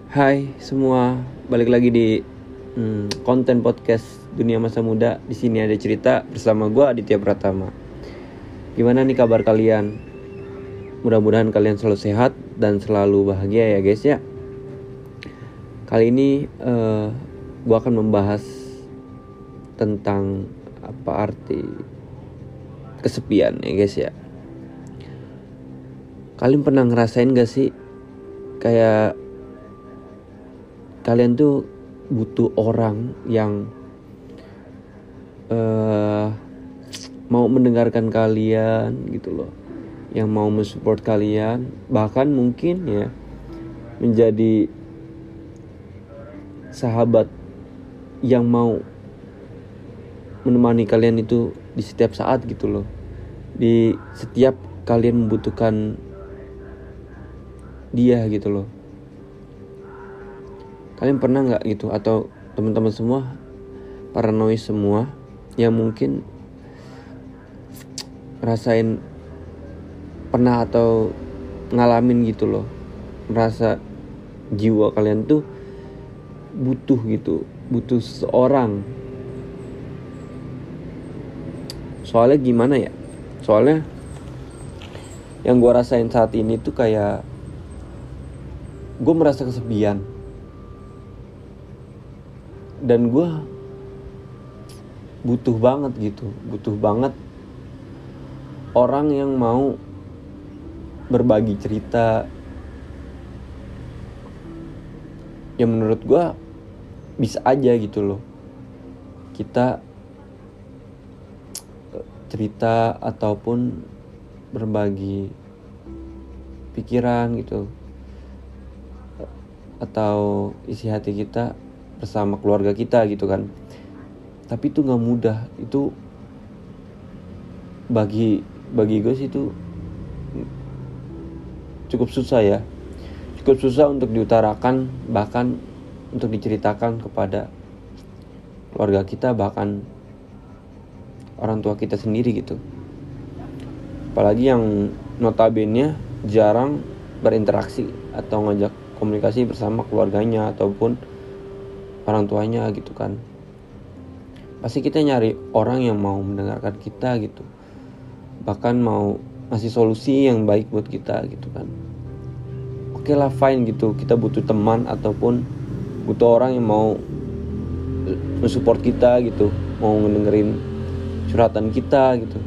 Hai semua, balik lagi di konten podcast Dunia Masa Muda. Di sini ada cerita bersama gue Aditya Pratama. Gimana nih kabar kalian? Mudah-mudahan kalian selalu sehat dan selalu bahagia ya guys ya. Kali ini gue akan membahas tentang apa arti kesepian ya guys ya. Kalian pernah ngerasain gak sih kayak kalian tuh butuh orang yang mau mendengarkan kalian gitu loh, yang mau mensupport kalian, bahkan mungkin ya menjadi sahabat yang mau menemani kalian itu di setiap saat gitu loh, di setiap kalian membutuhkan dia gitu loh. Kalian pernah gak gitu, atau teman-teman semua, paranoid semua yang mungkin rasain pernah atau ngalamin gitu loh, merasa jiwa kalian tuh butuh gitu, butuh seseorang. Soalnya gimana ya, soalnya yang gue rasain saat ini tuh kayak gue merasa kesepian. Dan gue butuh banget orang yang mau berbagi cerita yang menurut gue bisa aja gitu loh kita cerita ataupun berbagi pikiran gitu, atau isi hati kita bersama keluarga kita gitu kan. Tapi itu gak mudah. Itu bagi gue sih itu cukup susah ya. Cukup susah untuk diutarakan, bahkan untuk diceritakan kepada keluarga kita, bahkan orang tua kita sendiri gitu. Apalagi yang notabene jarang berinteraksi atau ngajak komunikasi bersama keluarganya ataupun orang tuanya gitu kan. Pasti kita nyari orang yang mau mendengarkan kita gitu, bahkan mau ngasih solusi yang baik buat kita gitu kan. Oke lah, fine gitu, kita butuh teman ataupun butuh orang yang mau mensupport kita gitu, mau ngedengerin curhatan kita gitu.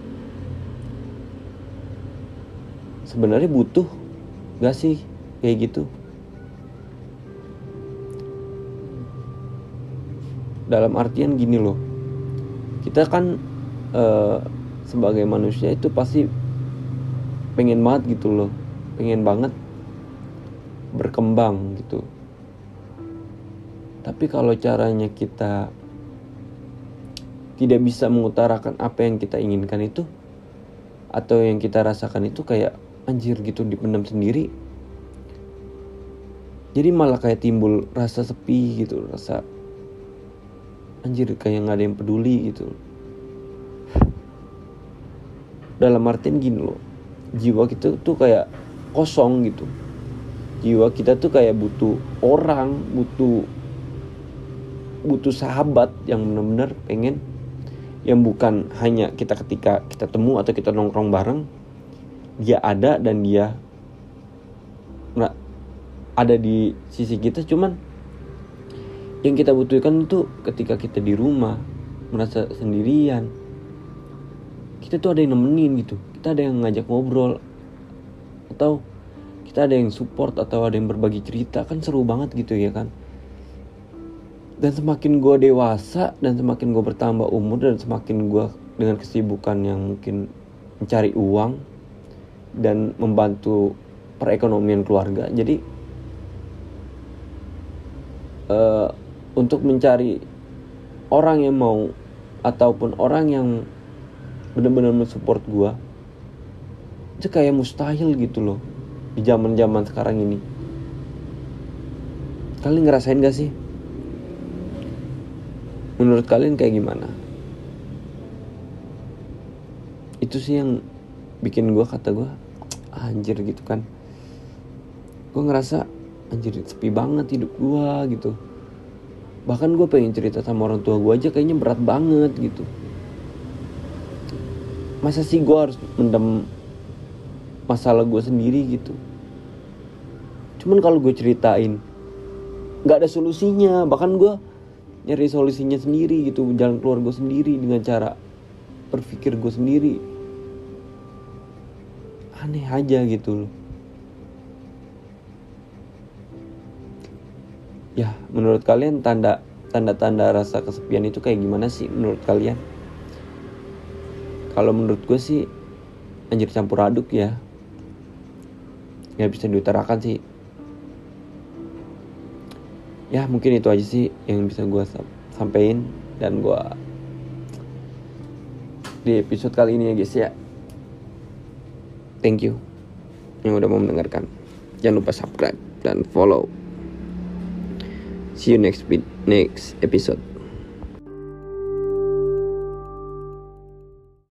Sebenarnya butuh gak sih kayak gitu? Dalam artian gini loh, kita kan sebagai manusia itu pasti pengen banget gitu loh, pengen banget berkembang gitu. Tapi kalau caranya kita tidak bisa mengutarakan apa yang kita inginkan itu, atau yang kita rasakan itu kayak anjir gitu, dipendam sendiri, jadi malah kayak timbul rasa sepi gitu, rasa anjir kayak gak ada yang peduli gitu. Dalam artian gini loh, jiwa kita tuh kayak kosong gitu. Jiwa kita tuh kayak butuh orang, butuh sahabat yang benar-benar pengen, yang bukan hanya kita ketika kita temu atau kita nongkrong bareng dia ada dan dia nggak ada di sisi kita, cuman yang kita butuhkan itu ketika kita di rumah merasa sendirian, kita tuh ada yang nemenin gitu, kita ada yang ngajak ngobrol, atau kita ada yang support, atau ada yang berbagi cerita, kan seru banget gitu ya kan. Dan semakin gue dewasa, dan semakin gue bertambah umur, dan semakin gue dengan kesibukan yang mungkin mencari uang dan membantu perekonomian keluarga, jadi untuk mencari orang yang mau ataupun orang yang benar-benar mensupport gue itu kayak mustahil gitu loh di zaman-zaman sekarang ini. Kalian ngerasain gak sih? Menurut kalian kayak gimana? Itu sih yang bikin gue, kata gue, anjir gitu kan. Gue ngerasa anjir sepi banget hidup gue gitu. Bahkan gue pengen cerita sama orang tua gue aja kayaknya berat banget gitu. Masa sih gue harus mendem masalah gue sendiri gitu. Cuman kalau gue ceritain gak ada solusinya. Bahkan gue nyari solusinya sendiri gitu, jalan keluar gue sendiri dengan cara berpikir gue sendiri. Aneh aja gitu loh. Ya menurut kalian tanda-tanda rasa kesepian itu kayak gimana sih menurut kalian? Kalau menurut gue sih anjir campur aduk ya. Gak bisa diutarakan sih. Ya mungkin itu aja sih yang bisa gue sampein. Dan gue di episode kali ini ya guys ya. Thank you yang udah mau mendengarkan. Jangan lupa subscribe dan follow. See you next episode.